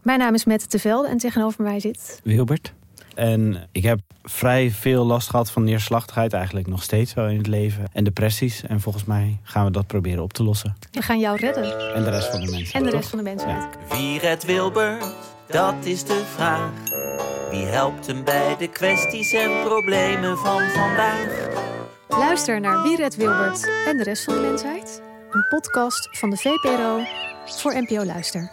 Mijn naam is Mette Tevelde en tegenover mij zit Wilbert. En ik heb vrij veel last gehad van neerslachtigheid, eigenlijk nog steeds wel in het leven. En depressies. En volgens mij gaan we dat proberen op te lossen. We gaan jou redden. En de rest van de mensen. En de rest van de mensen. Ja. Wie redt Wilbert? Dat is de vraag. Wie helpt hem bij de kwesties en problemen van vandaag? Luister naar Wie redt Wilbert en de rest van de mensheid. Een podcast van de VPRO voor NPO Luister.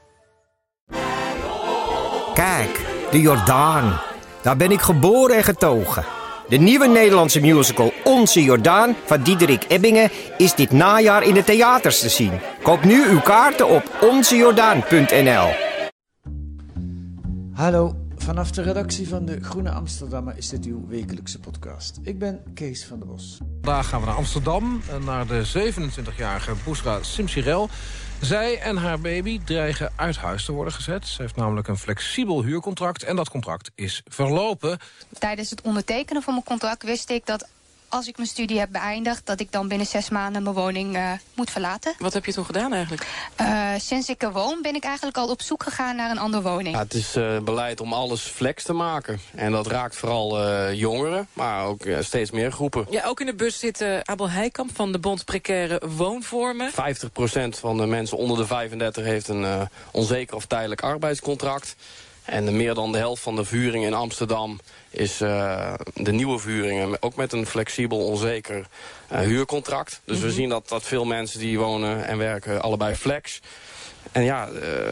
Kijk, de Jordaan. Daar ben ik geboren en getogen. De nieuwe Nederlandse musical Onze Jordaan van Diederik Ebbingen is dit najaar in de theaters te zien. Koop nu uw kaarten op onzejordaan.nl. Hallo, vanaf de redactie van de Groene Amsterdammer is dit uw wekelijkse podcast. Ik ben Kees van der Bos. Vandaag gaan we naar Amsterdam, naar de 27-jarige Bousra Simsirel. Zij en haar baby dreigen uit huis te worden gezet. Ze heeft namelijk een flexibel huurcontract en dat contract is verlopen. Tijdens het ondertekenen van mijn contract wist ik dat als ik mijn studie heb beëindigd, dat ik dan binnen 6 maanden mijn woning moet verlaten. Wat heb je toen gedaan eigenlijk? Sinds ik er woon ben ik eigenlijk al op zoek gegaan naar een andere woning. Ja, het is beleid om alles flex te maken. En dat raakt vooral jongeren, maar ook steeds meer groepen. Ja, ook in de bus zit Abel Heijkamp van de Bond Precaire Woonvormen. 50% van de mensen onder de 35 heeft een onzeker of tijdelijk arbeidscontract. En meer dan de helft van de vuringen in Amsterdam is de nieuwe vuringen, ook met een flexibel, onzeker huurcontract. Dus we zien dat veel mensen die wonen en werken allebei flex. En ja,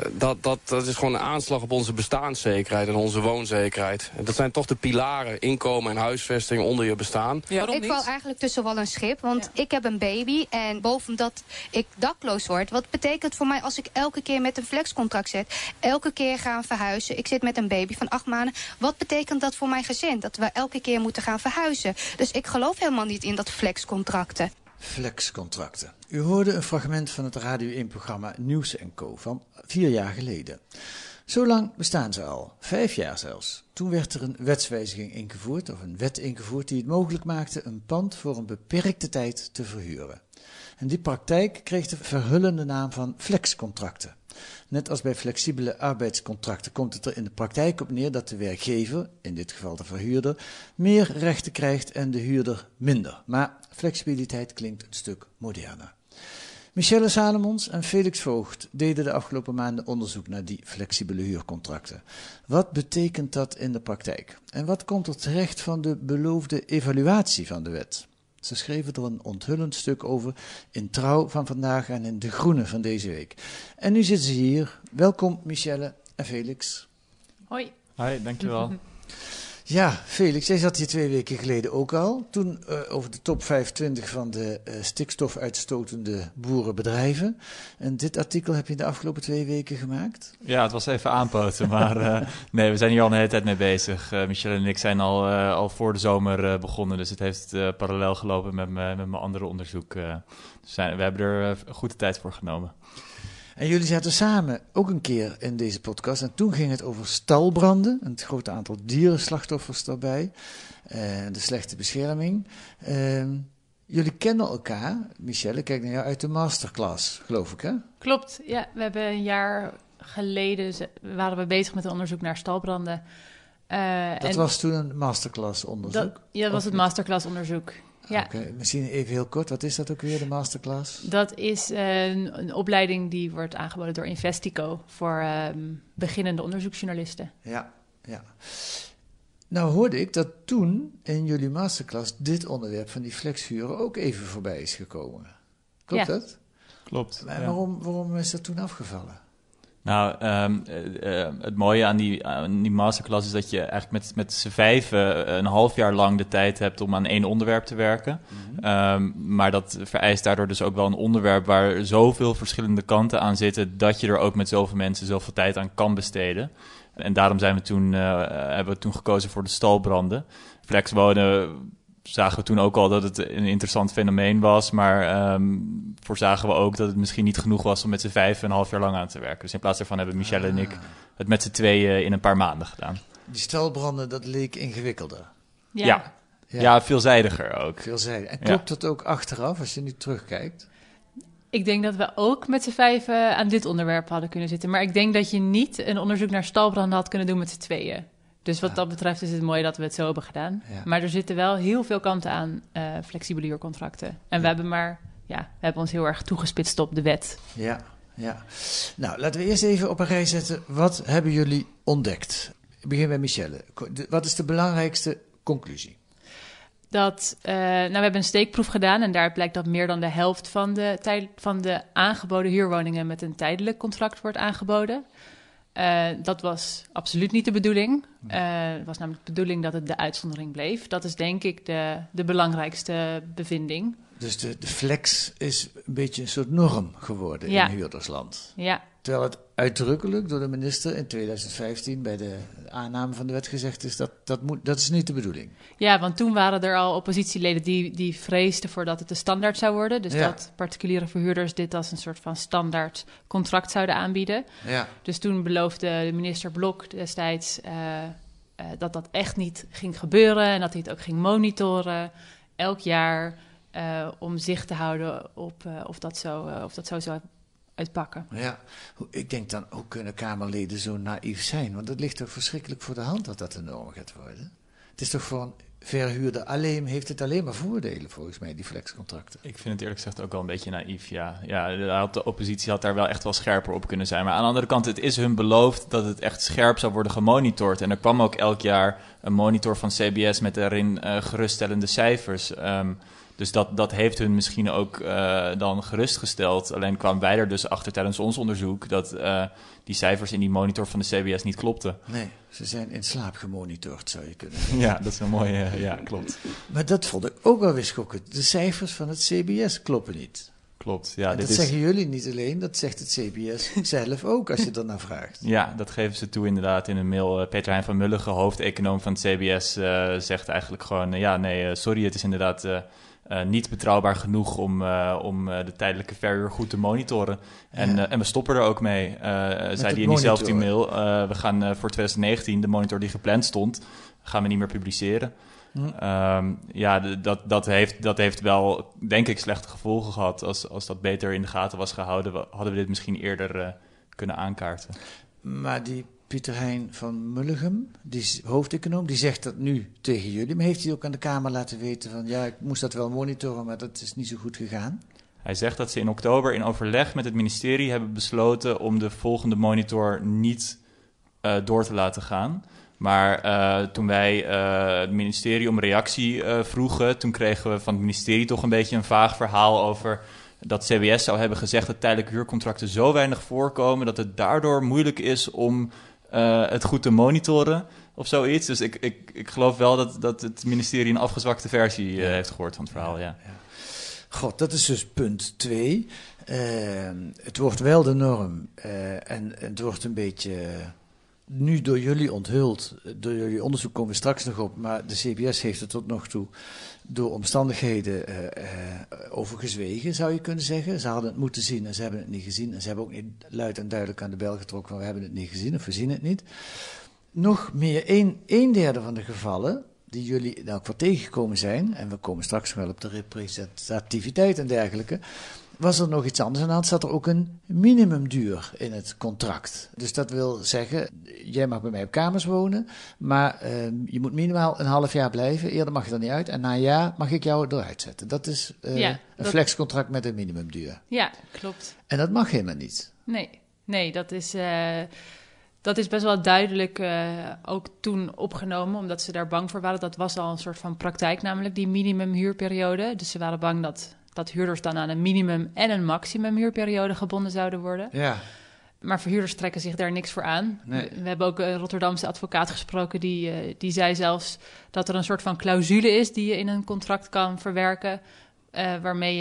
dat is gewoon een aanslag op onze bestaanszekerheid en onze woonzekerheid. Dat zijn toch de pilaren, inkomen en huisvesting onder je bestaan. Ja, ik val eigenlijk tussen wal en schip, want ik heb een baby en boven dat ik dakloos word. Wat betekent voor mij als ik elke keer met een flexcontract zit, elke keer gaan verhuizen. Ik zit met een baby van 8 maanden. Wat betekent dat voor mijn gezin? Dat we elke keer moeten gaan verhuizen. Dus ik geloof helemaal niet in dat flexcontracten. Flexcontracten. U hoorde een fragment van het Radio 1-programma Nieuws & Co. van 4 jaar geleden. Zo lang bestaan ze al, 5 jaar zelfs. Toen werd er een wetswijziging ingevoerd, of een wet ingevoerd, die het mogelijk maakte een pand voor een beperkte tijd te verhuren. En die praktijk kreeg de verhullende naam van flexcontracten. Net als bij flexibele arbeidscontracten komt het er in de praktijk op neer dat de werkgever, in dit geval de verhuurder, meer rechten krijgt en de huurder minder. Maar flexibiliteit klinkt een stuk moderner. Michelle Salomons en Felix Voogd deden de afgelopen maanden onderzoek naar die flexibele huurcontracten. Wat betekent dat in de praktijk? En wat komt er terecht van de beloofde evaluatie van de wet? Ze schreven er een onthullend stuk over in Trouw van vandaag en in De Groene van deze week. En nu zitten ze hier. Welkom Michelle en Felix. Hoi. Hoi, dankjewel. Ja, Felix, jij zat hier 2 weken geleden ook al. Toen over de top 25 van de stikstofuitstotende boerenbedrijven. En dit artikel heb je de afgelopen 2 weken gemaakt? Ja, het was even aanpoten, maar nee, we zijn hier al een hele tijd mee bezig. Michelle en ik zijn al voor de zomer begonnen, dus het heeft parallel gelopen met mijn andere onderzoek. Dus we hebben er goed de tijd voor genomen. En jullie zaten samen ook een keer in deze podcast. En toen ging het over stalbranden. En het grote aantal dierenslachtoffers daarbij. De slechte bescherming. Jullie kennen elkaar. Michelle, kijk naar jou uit de masterclass, geloof ik, hè? Klopt, ja. We hebben een jaar geleden waren we bezig met een onderzoek naar stalbranden. Dat was toen een masterclass onderzoek? Dat was het masterclass onderzoek. Ja. Okay. Misschien even heel kort, wat is dat ook weer, de masterclass? Dat is een opleiding die wordt aangeboden door Investico voor beginnende onderzoeksjournalisten. Ja. Nou hoorde ik dat toen in jullie masterclass dit onderwerp van die flexhuren ook even voorbij is gekomen. Klopt dat? Klopt. Maar waarom is dat toen afgevallen? Nou, het mooie aan die masterclass is dat je eigenlijk met z'n 5 een half jaar lang de tijd hebt om aan 1 onderwerp te werken. Mm-hmm. Maar dat vereist daardoor dus ook wel een onderwerp waar zoveel verschillende kanten aan zitten, dat je er ook met zoveel mensen zoveel tijd aan kan besteden. En daarom hebben we toen gekozen voor de stalbranden. Flexwonen zagen we toen ook al dat het een interessant fenomeen was, maar voorzagen we ook dat het misschien niet genoeg was om met z'n 5 een half jaar lang aan te werken. Dus in plaats daarvan hebben Michelle en ik het met z'n 2 in een paar maanden gedaan. Die stalbranden, dat leek ingewikkelder. Ja, veelzijdiger ook. Veelzijdig. En klopt dat ook achteraf, als je nu terugkijkt? Ik denk dat we ook met z'n 5 aan dit onderwerp hadden kunnen zitten. Maar ik denk dat je niet een onderzoek naar stalbranden had kunnen doen met z'n 2. Dus wat dat betreft is het mooi dat we het zo hebben gedaan. Ja. Maar er zitten wel heel veel kanten aan flexibele huurcontracten. En we hebben ons heel erg toegespitst op de wet. Ja. Nou, laten we eerst even op een rij zetten. Wat hebben jullie ontdekt? Ik begin bij Michelle. Wat is de belangrijkste conclusie? We hebben een steekproef gedaan en daar blijkt dat meer dan de helft van de aangeboden huurwoningen met een tijdelijk contract wordt aangeboden. Dat was absoluut niet de bedoeling. Het was namelijk de bedoeling dat het de uitzondering bleef. Dat is denk ik de belangrijkste bevinding. Dus de flex is een beetje een soort norm geworden in huurdersland. Ja. Terwijl het uitdrukkelijk door de minister in 2015 bij de aanname van de wet gezegd is dat is niet de bedoeling. Ja, want toen waren er al oppositieleden die vreesden voordat het de standaard zou worden. Dus dat particuliere verhuurders dit als een soort van standaard contract zouden aanbieden. Ja. Dus toen beloofde de minister Blok destijds dat echt niet ging gebeuren en dat hij het ook ging monitoren elk jaar om zicht te houden op of dat zo zou uitpakken. Ja, ik denk dan, hoe kunnen Kamerleden zo naïef zijn? Want het ligt toch verschrikkelijk voor de hand dat de norm gaat worden? Het is toch voor een verhuurder heeft het alleen maar voordelen, volgens mij, die flexcontracten. Ik vind het eerlijk gezegd ook wel een beetje naïef, ja. De oppositie had daar wel echt wel scherper op kunnen zijn. Maar aan de andere kant, het is hun beloofd dat het echt scherp zou worden gemonitord. En er kwam ook elk jaar een monitor van CBS met daarin geruststellende cijfers. Dus dat heeft hun misschien ook dan gerustgesteld. Alleen kwamen wij er dus achter tijdens ons onderzoek dat die cijfers in die monitor van de CBS niet klopten. Nee, ze zijn in slaap gemonitord, zou je kunnen zeggen. Ja, dat is een mooie, klopt. Maar dat vond ik ook wel weer schokkend. De cijfers van het CBS kloppen niet. Klopt, ja. Dat zeggen jullie niet alleen, dat zegt het CBS zelf ook, als je er naar vraagt. Ja, dat geven ze toe inderdaad in een mail. Peter Hein van Mulligen, hoofdeconoom van het CBS, zegt eigenlijk gewoon... sorry, het is inderdaad... niet betrouwbaar genoeg om de tijdelijke verhuur goed te monitoren. En we stoppen er ook mee, zei hij in diezelfde mail. We gaan voor 2019, de monitor die gepland stond, gaan we niet meer publiceren. Dat heeft wel, denk ik, slechte gevolgen gehad. Als dat beter in de gaten was gehouden, hadden we dit misschien eerder kunnen aankaarten. Maar die Pieter Hein van Mulligen, die hoofdeconoom, die zegt dat nu tegen jullie. Maar heeft hij ook aan de Kamer laten weten van... ik moest dat wel monitoren, maar dat is niet zo goed gegaan? Hij zegt dat ze in oktober in overleg met het ministerie hebben besloten... om de volgende monitor niet door te laten gaan. Maar toen wij het ministerie om reactie vroegen... toen kregen we van het ministerie toch een beetje een vaag verhaal over... dat CBS zou hebben gezegd dat tijdelijke huurcontracten zo weinig voorkomen... dat het daardoor moeilijk is om het goed te monitoren of zoiets. Dus ik geloof wel dat het ministerie een afgezwakte versie heeft gehoord van het verhaal, ja. God, dat is dus punt 2. Het wordt wel de norm en het wordt een beetje... nu door jullie onthuld, door jullie onderzoek komen we straks nog op... maar de CBS heeft er tot nog toe door omstandigheden over gezwegen, zou je kunnen zeggen. Ze hadden het moeten zien en ze hebben het niet gezien. En ze hebben ook niet luid en duidelijk aan de bel getrokken van... we hebben het niet gezien of we zien het niet. Nog meer, een derde van de gevallen die jullie nou voor tegengekomen zijn... en we komen straks wel op de representativiteit en dergelijke... was er nog iets anders aan de hand, zat er ook een minimumduur in het contract. Dus dat wil zeggen, jij mag bij mij op kamers wonen, maar je moet minimaal een half jaar blijven. Eerder mag je er niet uit en na een jaar mag ik jou eruit zetten. Dat is een flexcontract met een minimumduur. Ja, klopt. En dat mag helemaal niet. Nee, dat is best wel duidelijk ook toen opgenomen, omdat ze daar bang voor waren. Dat was al een soort van praktijk, namelijk die minimumhuurperiode. Dus ze waren bang dat huurders dan aan een minimum en een maximum huurperiode gebonden zouden worden. Ja. Maar verhuurders trekken zich daar niks voor aan. Nee. We hebben ook een Rotterdamse advocaat gesproken die zei zelfs dat er een soort van clausule is die je in een contract kan verwerken, waarmee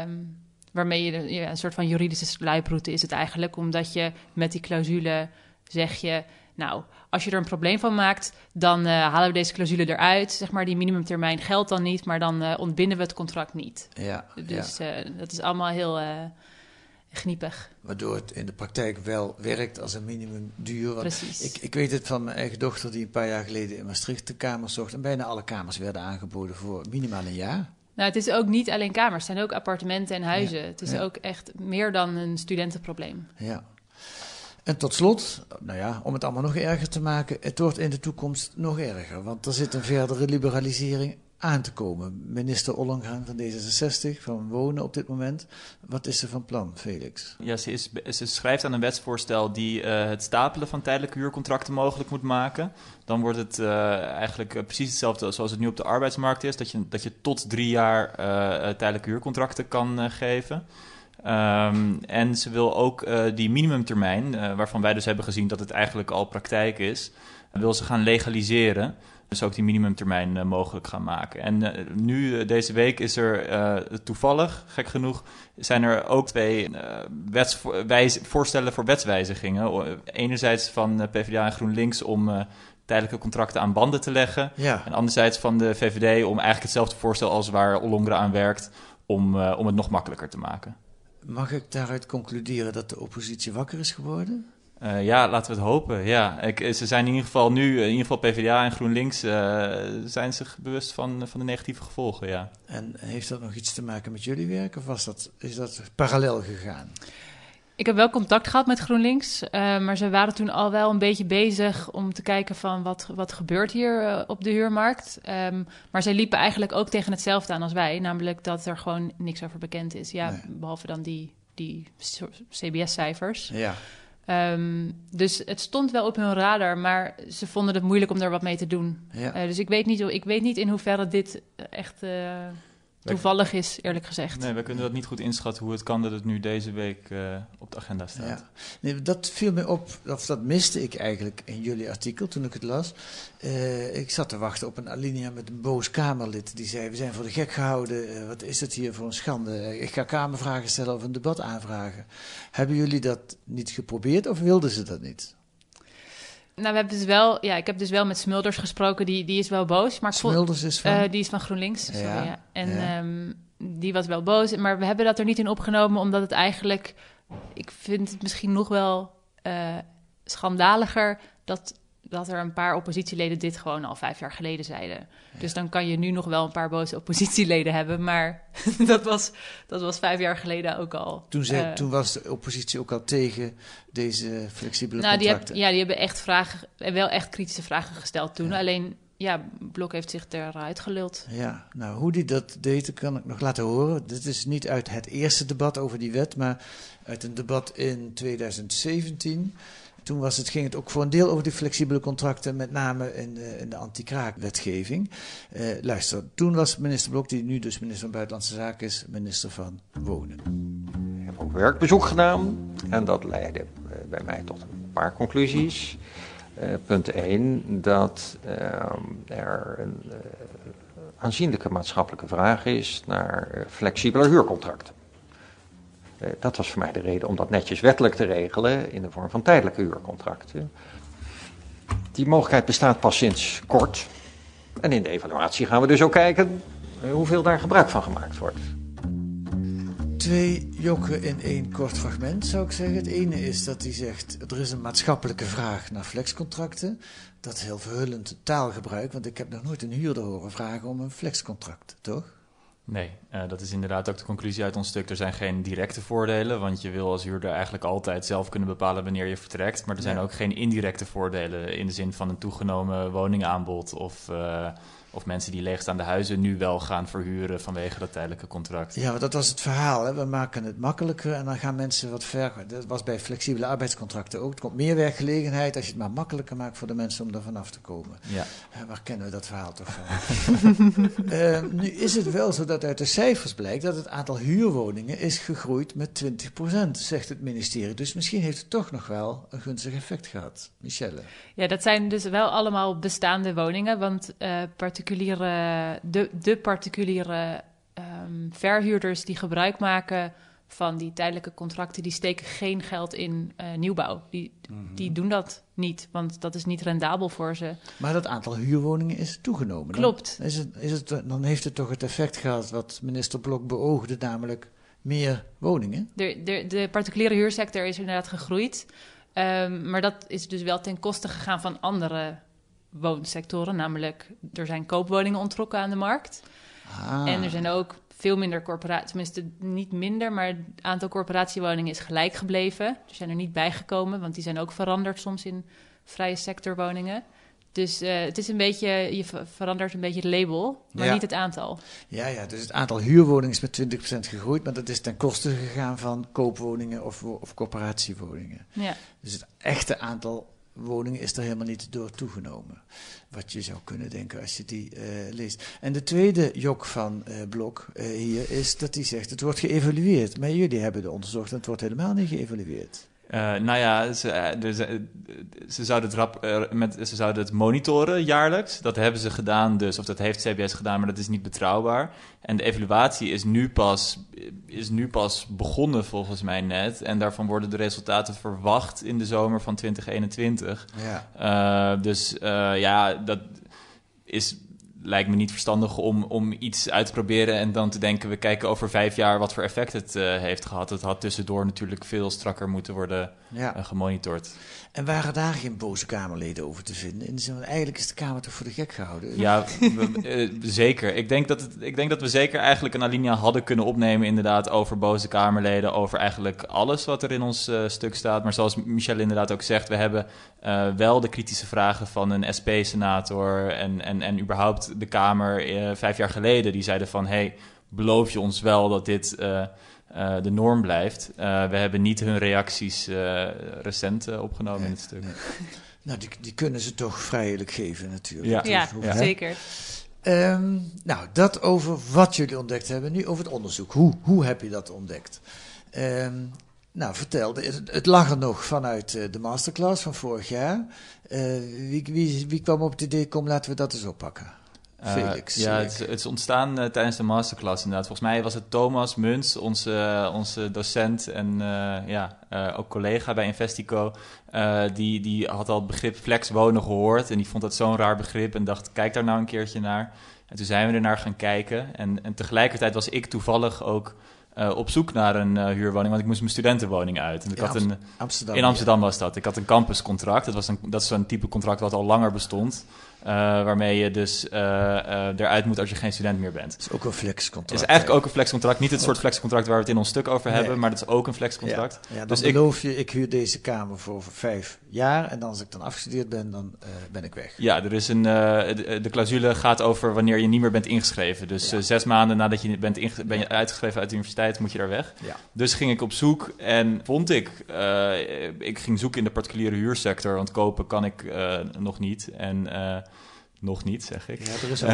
je een soort van juridische sluiproute is het eigenlijk, omdat je met die clausule zeg je, nou, als je er een probleem van maakt, dan halen we deze clausule eruit. Zeg maar, die minimumtermijn geldt dan niet, maar dan ontbinden we het contract niet. Ja, dus dat is allemaal heel gniepig. Waardoor het in de praktijk wel werkt als een minimumduur. Precies. Ik weet het van mijn eigen dochter die een paar jaar geleden in Maastricht de kamers zocht. En bijna alle kamers werden aangeboden voor minimaal een jaar. Nou, het is ook niet alleen kamers. Het zijn ook appartementen en huizen. Ja, Het is ook echt meer dan een studentenprobleem. Ja. En tot slot, om het allemaal nog erger te maken, het wordt in de toekomst nog erger. Want er zit een verdere liberalisering aan te komen. Minister Ollongren van D66, van Wonen op dit moment. Wat is er van plan, Felix? Ja, ze schrijft aan een wetsvoorstel die het stapelen van tijdelijke huurcontracten mogelijk moet maken. Dan wordt het eigenlijk precies hetzelfde zoals het nu op de arbeidsmarkt is. Dat je tot 3 jaar tijdelijke huurcontracten kan geven. En ze wil ook die minimumtermijn, waarvan wij dus hebben gezien dat het eigenlijk al praktijk is, wil ze gaan legaliseren. Dus ook die minimumtermijn mogelijk gaan maken. En nu, deze week, is er toevallig, gek genoeg, zijn er ook 2 voorstellen voor wetswijzigingen. Enerzijds van PvdA en GroenLinks om tijdelijke contracten aan banden te leggen. Ja. En anderzijds van de VVD om eigenlijk hetzelfde voorstel als waar Ollongren aan werkt, om het nog makkelijker te maken. Mag ik daaruit concluderen dat de oppositie wakker is geworden? Ja, laten we het hopen. Ja, ze zijn in ieder geval nu, PvdA en GroenLinks, zijn zich bewust van de negatieve gevolgen, ja. En heeft dat nog iets te maken met jullie werk of is dat parallel gegaan? Ik heb wel contact gehad met GroenLinks, maar ze waren toen al wel een beetje bezig om te kijken van wat gebeurt hier op de huurmarkt. Maar zij liepen eigenlijk ook tegen hetzelfde aan als wij, namelijk dat er gewoon niks over bekend is. Ja, nee. Behalve dan die CBS-cijfers. Ja. Dus het stond wel op hun radar, maar ze vonden het moeilijk om daar wat mee te doen. Ja. Dus ik weet niet in hoeverre dit echt toevallig is, eerlijk gezegd. Nee, we kunnen dat niet goed inschatten hoe het kan dat het nu deze week op de agenda staat. Ja. Nee, dat viel me op, of dat miste ik eigenlijk in jullie artikel toen ik het las. Ik zat te wachten op een alinea met een boos Kamerlid die zei: we zijn voor de gek gehouden, wat is het hier voor een schande? Ik ga Kamervragen stellen of een debat aanvragen. Hebben jullie dat niet geprobeerd of wilden ze dat niet? Nou, ik heb dus wel met Smulders gesproken, die is wel boos. Maar Smulders is van? Die is van GroenLinks, sorry, ja. En die was wel boos, maar we hebben dat er niet in opgenomen, omdat het eigenlijk, ik vind het misschien nog wel schandaliger dat er een paar oppositieleden dit gewoon al 5 jaar geleden zeiden. Ja. Dus dan kan je nu nog wel een paar boze oppositieleden hebben, maar dat was 5 jaar geleden ook al. Toen was de oppositie ook al tegen deze flexibele contracten? Die hebben echt wel echt kritische vragen gesteld toen. Ja. Alleen, Blok heeft zich eruit geluld. Ja, nou, hoe die dat deed, kan ik nog laten horen. Dit is niet uit het eerste debat over die wet, maar uit een debat in 2017... Toen ging het ook voor een deel over die flexibele contracten, met name in de anti-kraakwetgeving. Luister, toen was minister Blok, die nu dus minister van Buitenlandse Zaken is, minister van Wonen. Ik heb ook werkbezoek gedaan en dat leidde bij mij tot een paar conclusies. Punt 1, dat er een aanzienlijke maatschappelijke vraag is naar flexibele huurcontracten. Dat was voor mij de reden om dat netjes wettelijk te regelen in de vorm van tijdelijke huurcontracten. Die mogelijkheid bestaat pas sinds kort. En in de evaluatie gaan we dus ook kijken hoeveel daar gebruik van gemaakt wordt. 2 jokken in 1 kort fragment, zou ik zeggen. Het ene is dat hij zegt, er is een maatschappelijke vraag naar flexcontracten. Dat is heel verhullend taalgebruik, want ik heb nog nooit een huurder horen vragen om een flexcontract, toch? Nee, dat is inderdaad ook de conclusie uit ons stuk. Er zijn geen directe voordelen, want je wil als huurder eigenlijk altijd zelf kunnen bepalen wanneer je vertrekt. Maar er zijn ook geen indirecte voordelen in de zin van een toegenomen woningaanbod of mensen die leegstaande huizen nu wel gaan verhuren vanwege dat tijdelijke contract. Ja, maar dat was het verhaal. Hè? We maken het makkelijker en dan gaan mensen wat verder. Dat was bij flexibele arbeidscontracten ook. Er komt meer werkgelegenheid als je het maar makkelijker maakt voor de mensen om er vanaf te komen. Ja. Waar kennen we dat verhaal toch van? Nu is het wel zo dat uit de cijfers blijkt dat het aantal huurwoningen is gegroeid met 20%, zegt het ministerie. Dus misschien heeft het toch nog wel een gunstig effect gehad. Michelle? Ja, dat zijn dus wel allemaal bestaande woningen, want de particuliere verhuurders die gebruik maken van die tijdelijke contracten, die steken geen geld in nieuwbouw. Die doen dat niet, want dat is niet rendabel voor ze. Maar dat aantal huurwoningen is toegenomen. Klopt. Dan heeft het toch het effect gehad wat minister Blok beoogde, namelijk meer woningen? De particuliere huursector is inderdaad gegroeid, maar dat is dus wel ten koste gegaan van andere woonsectoren, namelijk er zijn koopwoningen onttrokken aan de markt. En er zijn ook veel minder corporaties, tenminste niet minder, maar het aantal corporatiewoningen is gelijk gebleven. Die zijn er niet bijgekomen, want die zijn ook veranderd soms in vrije sectorwoningen. Dus het is een beetje, je verandert een beetje het label, maar niet het aantal. Ja, dus het aantal huurwoningen is met 20% gegroeid, maar dat is ten koste gegaan van koopwoningen of corporatiewoningen. Ja. Dus het echte aantal woningen is er helemaal niet door toegenomen. Wat je zou kunnen denken als je die leest. En de tweede jok van Blok hier is dat hij zegt, het wordt geëvalueerd. Maar jullie hebben het onderzocht en het wordt helemaal niet geëvalueerd. Ze zouden het monitoren jaarlijks. Dat hebben ze gedaan dus, of dat heeft CBS gedaan, maar dat is niet betrouwbaar. En de evaluatie is nu pas begonnen volgens mij net. En daarvan worden de resultaten verwacht in de zomer van 2021. Dat lijkt me niet verstandig om iets uit te proberen en dan te denken, we kijken over 5 jaar wat voor effect het heeft gehad. Het had tussendoor natuurlijk veel strakker moeten worden gemonitord. En waren daar geen boze Kamerleden over te vinden? Eigenlijk is de Kamer toch voor de gek gehouden? Ja, zeker. Ik denk dat we zeker eigenlijk een alinea hadden kunnen opnemen inderdaad over boze Kamerleden, over eigenlijk alles wat er in ons stuk staat. Maar zoals Michelle inderdaad ook zegt, we hebben wel de kritische vragen van een SP-senator en überhaupt de Kamer 5 jaar geleden. Die zeiden van, beloof je ons wel dat dit de norm blijft? We hebben niet hun reacties recent opgenomen in het stuk. Nee. Nou, die kunnen ze toch vrijelijk geven natuurlijk. Ja, zeker. Dat over wat jullie ontdekt hebben. Nu over het onderzoek. Hoe heb je dat ontdekt? Vertel. Het lag er nog vanuit de masterclass van vorig jaar. Wie kwam op het idee, laten we dat eens oppakken? Felix. Het is ontstaan tijdens de masterclass inderdaad. Volgens mij was het Thomas Muns, onze docent en ook collega bij Investico. Die had al het begrip flexwonen gehoord en die vond dat zo'n raar begrip en dacht, kijk daar nou een keertje naar. En toen zijn we er naar gaan kijken en tegelijkertijd was ik toevallig ook op zoek naar een huurwoning, want ik moest mijn studentenwoning uit. En Amsterdam. In Amsterdam was dat. Ik had een campuscontract. Dat is zo'n type contract wat al langer bestond. Waarmee je dus eruit moet als je geen student meer bent. Het is ook een flexcontract. Het is eigenlijk ook een flexcontract. Niet het soort flexcontract waar we het in ons stuk over hebben, maar dat is ook een flexcontract. Dan dus beloof je, ik huur deze kamer voor 5 jaar en als ik dan afgestudeerd ben, dan ben ik weg. Ja, er is de clausule gaat over wanneer je niet meer bent ingeschreven. Dus 6 maanden nadat je ben je uitgeschreven uit de universiteit, moet je daar weg. Ja. Dus ging ik op zoek en vond ik ging zoeken in de particuliere huursector, want kopen kan ik nog niet. En nog niet, zeg ik. Ja, er is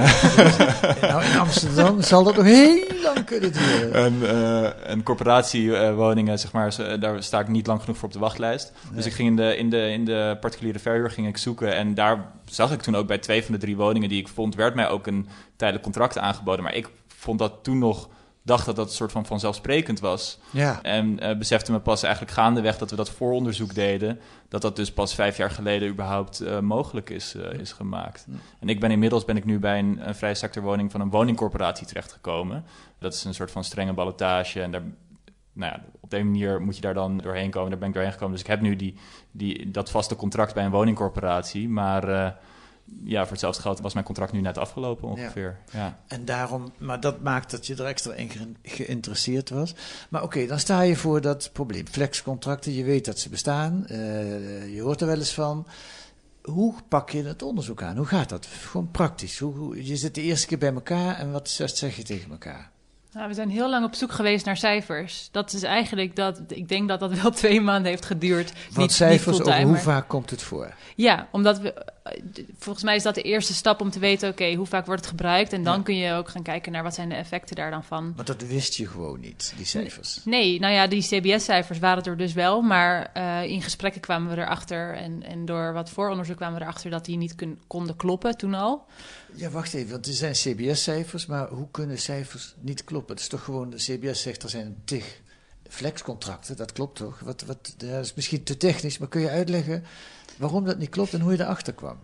al. In Amsterdam zal dat nog heel lang kunnen duren. En corporatiewoningen, zeg maar, daar sta ik niet lang genoeg voor op de wachtlijst. Nee. Dus ik ging in de particuliere verhuur ging ik zoeken. En daar zag ik toen ook bij 2 van de 3 woningen die ik vond, werd mij ook een tijdelijk contract aangeboden. Maar ik vond dat toen nog, dacht dat dat een soort van vanzelfsprekend was. Ja. En besefte me pas eigenlijk gaandeweg dat we dat vooronderzoek deden, dat dus pas 5 jaar geleden überhaupt mogelijk is gemaakt. Ja. En inmiddels ben ik nu bij een vrije sectorwoning van een woningcorporatie terechtgekomen. Dat is een soort van strenge ballotage en daar, op de manier moet je daar dan doorheen komen. Daar ben ik doorheen gekomen. Dus ik heb nu dat vaste contract bij een woningcorporatie, maar voor hetzelfde geld was mijn contract nu net afgelopen ongeveer. Ja. En daarom, maar dat maakt dat je er extra in geïnteresseerd was. Maar oké, dan sta je voor dat probleem. Flexcontracten, je weet dat ze bestaan. Je hoort er wel eens van. Hoe pak je het onderzoek aan? Hoe gaat dat? Gewoon praktisch. Je zit de eerste keer bij elkaar en wat zeg je tegen elkaar? Nou, we zijn heel lang op zoek geweest naar cijfers. Dat is eigenlijk ik denk dat dat wel 2 maanden heeft geduurd. Want cijfers over hoe vaak komt het voor? Ja, omdat volgens mij is dat de eerste stap om te weten, oké, hoe vaak wordt het gebruikt? En dan kun je ook gaan kijken naar wat zijn de effecten daar dan van. Maar dat wist je gewoon niet, die cijfers? Nee, die CBS-cijfers waren er dus wel. Maar in gesprekken kwamen we erachter en door wat vooronderzoek kwamen we erachter dat die niet konden kloppen toen al. Ja, wacht even, want er zijn CBS-cijfers, maar hoe kunnen cijfers niet kloppen? Het is toch gewoon, de CBS zegt er zijn 10 flexcontracten, dat klopt toch? Dat is misschien te technisch, maar kun je uitleggen waarom dat niet klopt en hoe je erachter kwam?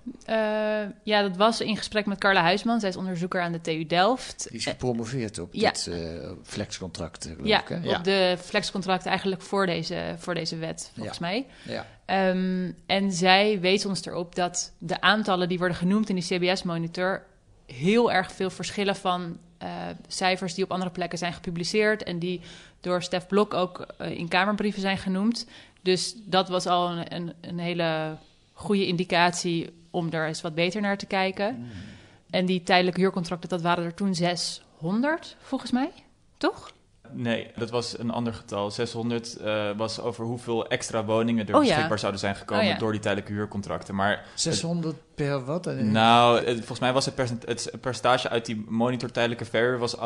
Dat was in gesprek met Carla Huisman, zij is onderzoeker aan de TU Delft. Die is gepromoveerd op dit flexcontract, geloof ik, hè? Op de flexcontracten eigenlijk voor deze wet, volgens mij. Ja. En zij wees ons erop dat de aantallen die worden genoemd in die CBS-monitor heel erg veel verschillen van cijfers die op andere plekken zijn gepubliceerd en die door Stef Blok ook in Kamerbrieven zijn genoemd. Dus dat was al een hele goede indicatie om er eens wat beter naar te kijken. En die tijdelijke huurcontracten, dat waren er toen 600, volgens mij, toch? Nee, dat was een ander getal. 600 was over hoeveel extra woningen er beschikbaar zouden zijn gekomen door die tijdelijke huurcontracten. Maar 600 per wat? Nou, volgens mij was het percentage uit die monitor tijdelijke verhuur was 8%. 8%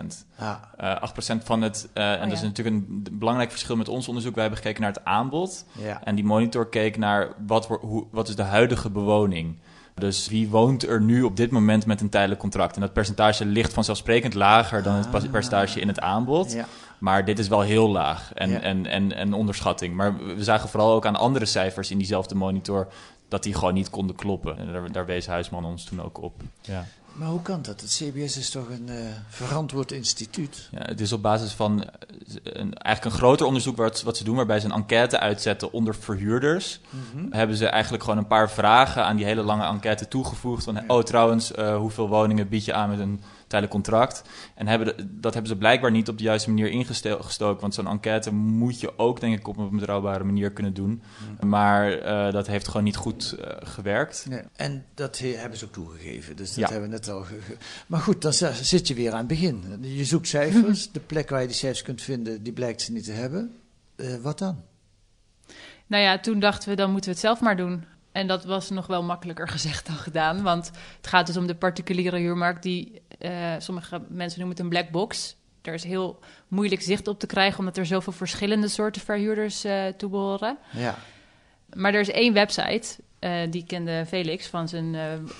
van het... en dat is natuurlijk een belangrijk verschil met ons onderzoek. Wij hebben gekeken naar het aanbod. Ja. En die monitor keek naar wat is de huidige bewoning. Dus wie woont er nu op dit moment met een tijdelijk contract? En dat percentage ligt vanzelfsprekend lager dan het percentage in het aanbod. Ja. Maar dit is wel heel laag en onderschatting. Maar we zagen vooral ook aan andere cijfers in diezelfde monitor dat die gewoon niet konden kloppen. En daar wees Huisman ons toen ook op. Ja. Maar hoe kan dat? Het CBS is toch een verantwoord instituut? Ja, het is op basis van eigenlijk een groter onderzoek wat ze doen, waarbij ze een enquête uitzetten onder verhuurders. Hebben ze eigenlijk gewoon een paar vragen aan die hele lange enquête toegevoegd. Van, trouwens, hoeveel woningen bied je aan met een tijdelijk contract? En dat hebben ze blijkbaar niet op de juiste manier ingestoken. Want zo'n enquête moet je ook, denk ik, op een betrouwbare manier kunnen doen. Maar dat heeft gewoon niet goed gewerkt. Nee. En dat hebben ze ook toegegeven. Dus dat hebben we net al... Maar goed, dan zit je weer aan het begin. Je zoekt cijfers. De plek waar je die cijfers kunt vinden, die blijkt ze niet te hebben. Wat dan? Nou ja, toen dachten we, dan moeten we het zelf maar doen. En dat was nog wel makkelijker gezegd dan gedaan. Want het gaat dus om de particuliere huurmarkt die sommige mensen noemen het een black box. Er is heel moeilijk zicht op te krijgen, omdat er zoveel verschillende soorten verhuurders toe behoren. Ja. Maar er is één website, die kende Felix van zijn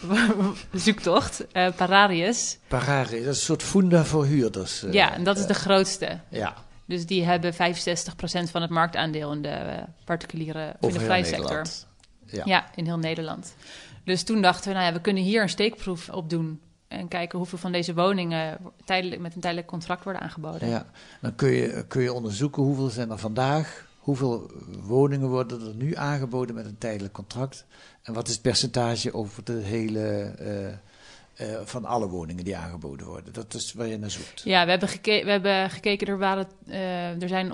zoektocht, Pararius. Pararius, dat is een soort funda voor huurders. Ja, en dat is de grootste. Ja. Dus die hebben 65% van het marktaandeel in de particuliere of in de vrije sector. Ja, in heel Nederland. Dus toen dachten we, we kunnen hier een steekproef op doen. En kijken hoeveel van deze woningen met een tijdelijk contract worden aangeboden. Ja, dan kun je onderzoeken hoeveel zijn er vandaag. Hoeveel woningen worden er nu aangeboden met een tijdelijk contract. En wat is het percentage over de hele... van alle woningen die aangeboden worden. Dat is waar je naar zoekt. Ja, we hebben gekeken, er zijn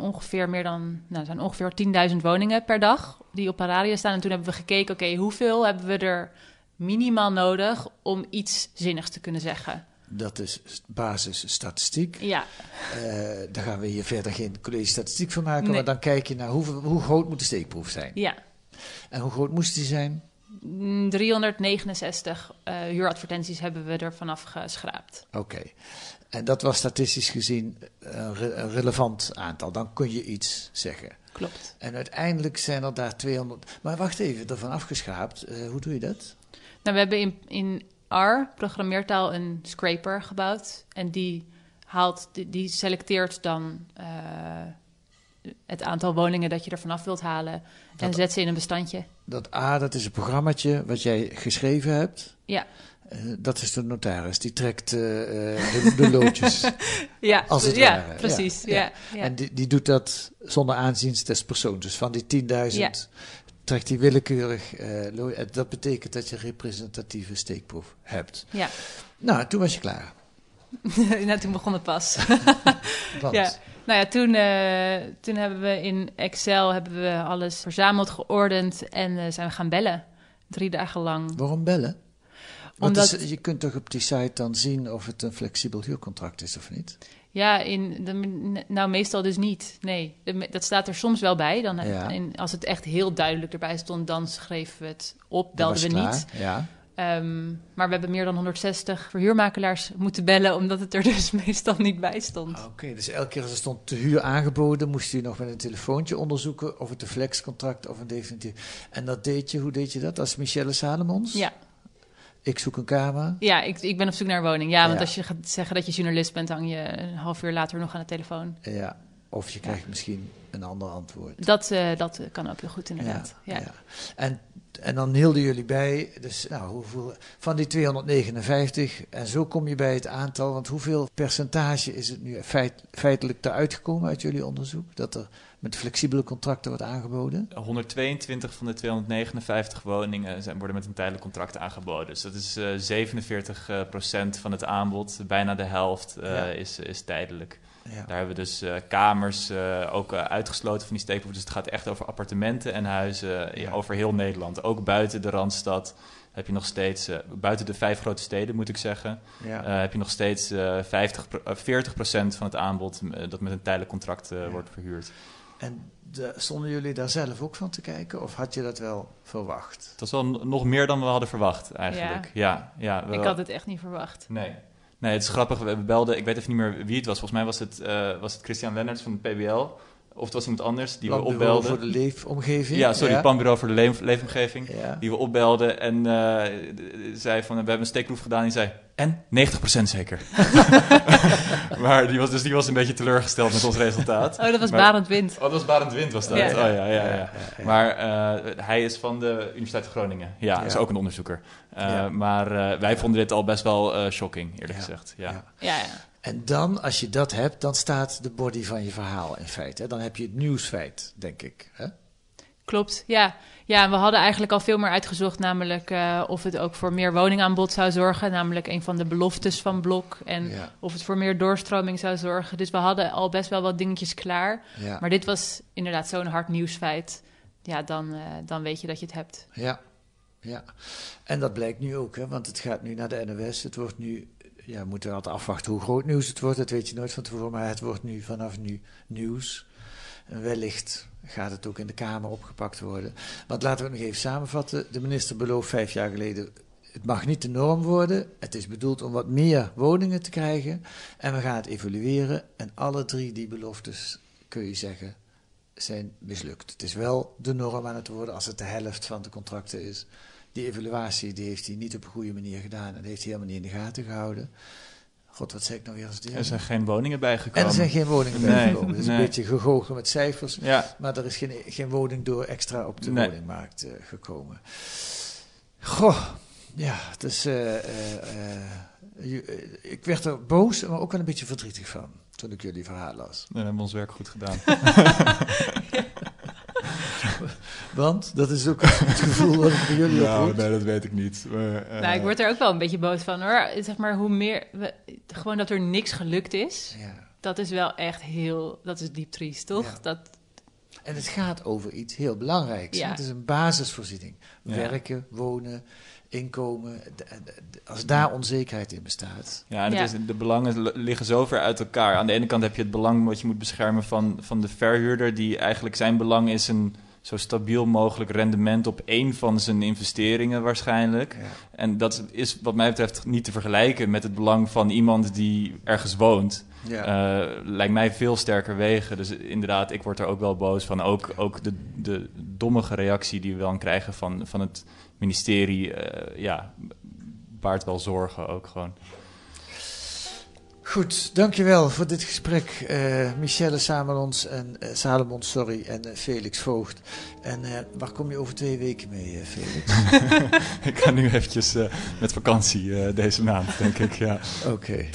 ongeveer 10.000 woningen per dag die op Pararius staan. En toen hebben we gekeken, hoeveel hebben we er minimaal nodig om iets zinnigs te kunnen zeggen. Dat is basisstatistiek. Ja. Daar gaan we hier verder geen college statistiek van maken, maar dan kijk je naar hoe groot moet de steekproef zijn. Ja. En hoe groot moest die zijn? 369 huuradvertenties hebben we er vanaf geschraapt. Oké. En dat was statistisch gezien een relevant aantal. Dan kun je iets zeggen. Klopt. En uiteindelijk zijn er daar 200... Maar wacht even, ervan afgeschraapt. Hoe doe je dat? Nou, we hebben in R, programmeertaal, een scraper gebouwd. En die selecteert dan het aantal woningen dat je er vanaf wilt halen. En zet ze in een bestandje. Dat is een programmaatje wat jij geschreven hebt. Ja. Dat is de notaris. Die trekt de loodjes. Ja, als het ware. Precies. Ja. En die doet dat zonder aanzien des persoons. Dus van die 10.000 trekt hij willekeurig. Dat betekent dat je representatieve steekproef hebt. Ja. Nou, toen was je klaar. Toen begon het pas. Want? Ja. Nou ja, toen hebben we in Excel alles verzameld, geordend en zijn we gaan bellen. 3 dagen lang. Waarom bellen? Omdat je kunt toch op die site dan zien of het een flexibel huurcontract is of niet? Ja, meestal dus niet. Nee, dat staat er soms wel bij. Als het echt heel duidelijk erbij stond, dan schreven we het op, belden we niet. Ja. Maar we hebben meer dan 160 verhuurmakelaars moeten bellen, omdat het er dus meestal niet bij stond. Oké, dus elke keer als er stond te huur aangeboden, moest je nog met een telefoontje onderzoeken of het een flexcontract of een definitief. En dat hoe deed je dat? Als Michelle Salomons? Ja. Ik zoek een kamer. Ja, ik ben op zoek naar een woning. Ja, want als je gaat zeggen dat je journalist bent, hang je een half uur later nog aan de telefoon. Ja, of je krijgt misschien een ander antwoord. Dat kan ook heel goed, inderdaad. Ja. En dan hielden jullie bij, dus hoeveel van die 259, en zo kom je bij het aantal, want hoeveel percentage is het nu feitelijk eruit gekomen uit jullie onderzoek? Dat er met flexibele contracten wordt aangeboden? 122 van de 259 woningen worden met een tijdelijk contract aangeboden. Dus dat is 47% van het aanbod, bijna de helft is tijdelijk. Ja. Daar hebben we dus kamers ook uitgesloten van die steekproeven. Dus het gaat echt over appartementen en huizen over heel Nederland. Ook buiten de Randstad heb je nog steeds, buiten de 5 grote steden moet ik zeggen, heb je nog steeds 40% van het aanbod dat met een tijdelijk contract wordt verhuurd. En stonden jullie daar zelf ook van te kijken of had je dat wel verwacht? Het was wel nog meer dan we hadden verwacht eigenlijk. Ja, ik had het echt niet verwacht. Nee, het is grappig. We belden, ik weet even niet meer wie het was. Volgens mij was het Christian Lennarts van de PBL. Of het was iemand anders die we opbelden. Voor de leefomgeving. Ja, sorry, Planbureau voor de leefomgeving. Ja. Die we opbelden en zei van, we hebben een steekproef gedaan. En die zei, en? 90% zeker. Maar die was een beetje teleurgesteld met ons resultaat. Oh, dat was Barend Wind. Oh, dat was Barend Wind was dat. Ja. Ja. Maar hij is van de Universiteit van Groningen. Ja, is ook een onderzoeker. Maar wij vonden dit al best wel shocking, eerlijk gezegd. Ja. En dan, als je dat hebt, dan staat de body van je verhaal in feite. Hè? Dan heb je het nieuwsfeit, denk ik. Hè? Klopt, ja. Ja, we hadden eigenlijk al veel meer uitgezocht, namelijk of het ook voor meer woningaanbod zou zorgen. Namelijk een van de beloftes van Blok. En of het voor meer doorstroming zou zorgen. Dus we hadden al best wel wat dingetjes klaar. Ja. Maar dit was inderdaad zo'n hard nieuwsfeit. Ja, dan weet je dat je het hebt. Ja. En dat blijkt nu ook, hè? Want het gaat nu naar de NOS. Het wordt nu... Ja, we moeten altijd afwachten hoe groot nieuws het wordt. Dat weet je nooit van tevoren. Maar het wordt nu vanaf nu nieuws. En wellicht gaat het ook in de Kamer opgepakt worden. Want laten we het nog even samenvatten. De minister belooft 5 jaar geleden... het mag niet de norm worden. Het is bedoeld om wat meer woningen te krijgen. En we gaan het evalueren. En alle 3 die beloftes, kun je zeggen, zijn mislukt. Het is wel de norm aan het worden als het de helft van de contracten is. Die evaluatie die heeft hij niet op een goede manier gedaan. En dat heeft hij helemaal niet in de gaten gehouden. God, wat zeg ik nou weer als deel? Er zijn geen woningen bijgekomen. En er zijn geen woningen bijgekomen. Het is een beetje gegoocheld met cijfers. Ja. Maar er is geen woning door extra op de woningmarkt gekomen. Goh, ja, dus ik werd er boos, maar ook wel een beetje verdrietig van. Toen ik jullie verhaal las. We hebben ons werk goed gedaan. Want dat is ook het gevoel dat ik bij jullie oproep. Nee, dat weet ik niet. Ik word er ook wel een beetje boos van, hoor. Zeg maar, hoe meer... gewoon dat er niks gelukt is. Ja. Dat is wel echt dat is diep triest, toch? Ja. En het gaat over iets heel belangrijks. Ja. Het is een basisvoorziening. Werken, wonen, inkomen. Als daar onzekerheid in bestaat. Ja, en de belangen liggen zo ver uit elkaar. Aan de ene kant heb je het belang wat je moet beschermen van de verhuurder, die eigenlijk zijn belang is een zo stabiel mogelijk rendement op 1 van zijn investeringen waarschijnlijk. Ja. En dat is wat mij betreft niet te vergelijken met het belang van iemand die ergens woont. Ja. Lijkt mij veel sterker wegen. Dus inderdaad, ik word er ook wel boos van. Ook de dommige reactie die we dan krijgen van het ministerie, baart wel zorgen ook gewoon. Goed, dankjewel voor dit gesprek, Michelle Salomons en Felix Voogd. En waar kom je over 2 weken mee, Felix? Ik ga nu eventjes met vakantie deze maand, denk ik, ja. Oké.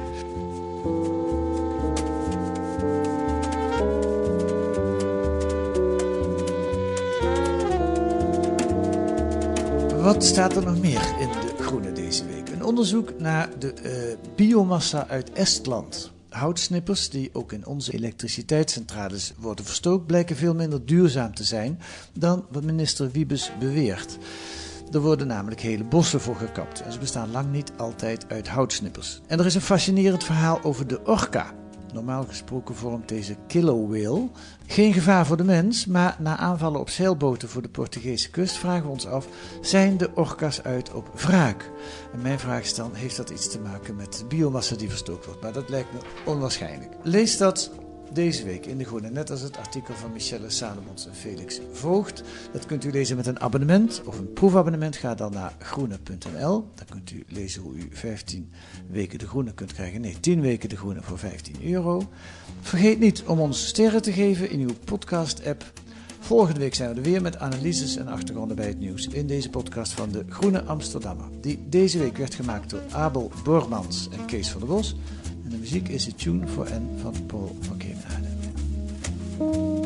Wat staat er nog meer in de Groene deze week? Een onderzoek naar de biomassa uit Estland. Houtsnippers, die ook in onze elektriciteitscentrales worden verstookt, blijken veel minder duurzaam te zijn dan wat minister Wiebes beweert. Er worden namelijk hele bossen voor gekapt en ze bestaan lang niet altijd uit houtsnippers. En er is een fascinerend verhaal over de orka. Normaal gesproken vormt deze killer whale geen gevaar voor de mens, maar na aanvallen op zeilboten voor de Portugese kust vragen we ons af, zijn de orka's uit op wraak? En mijn vraag is dan, heeft dat iets te maken met de biomassa die verstookt wordt? Maar dat lijkt me onwaarschijnlijk. Lees dat deze week in De Groene, net als het artikel van Michelle Salomons en Felix Voogd. Dat kunt u lezen met een abonnement of een proefabonnement. Ga dan naar groene.nl. Dan kunt u lezen hoe u 15 weken De Groene kunt krijgen. Nee, 10 weken De Groene voor €15. Vergeet niet om ons sterren te geven in uw podcast-app. Volgende week zijn we er weer met analyses en achtergronden bij het nieuws in deze podcast van De Groene Amsterdammer. Die deze week werd gemaakt door Abel Bormans en Kees van der Bos. En de muziek is de Tune for N van Paul van Kemenade.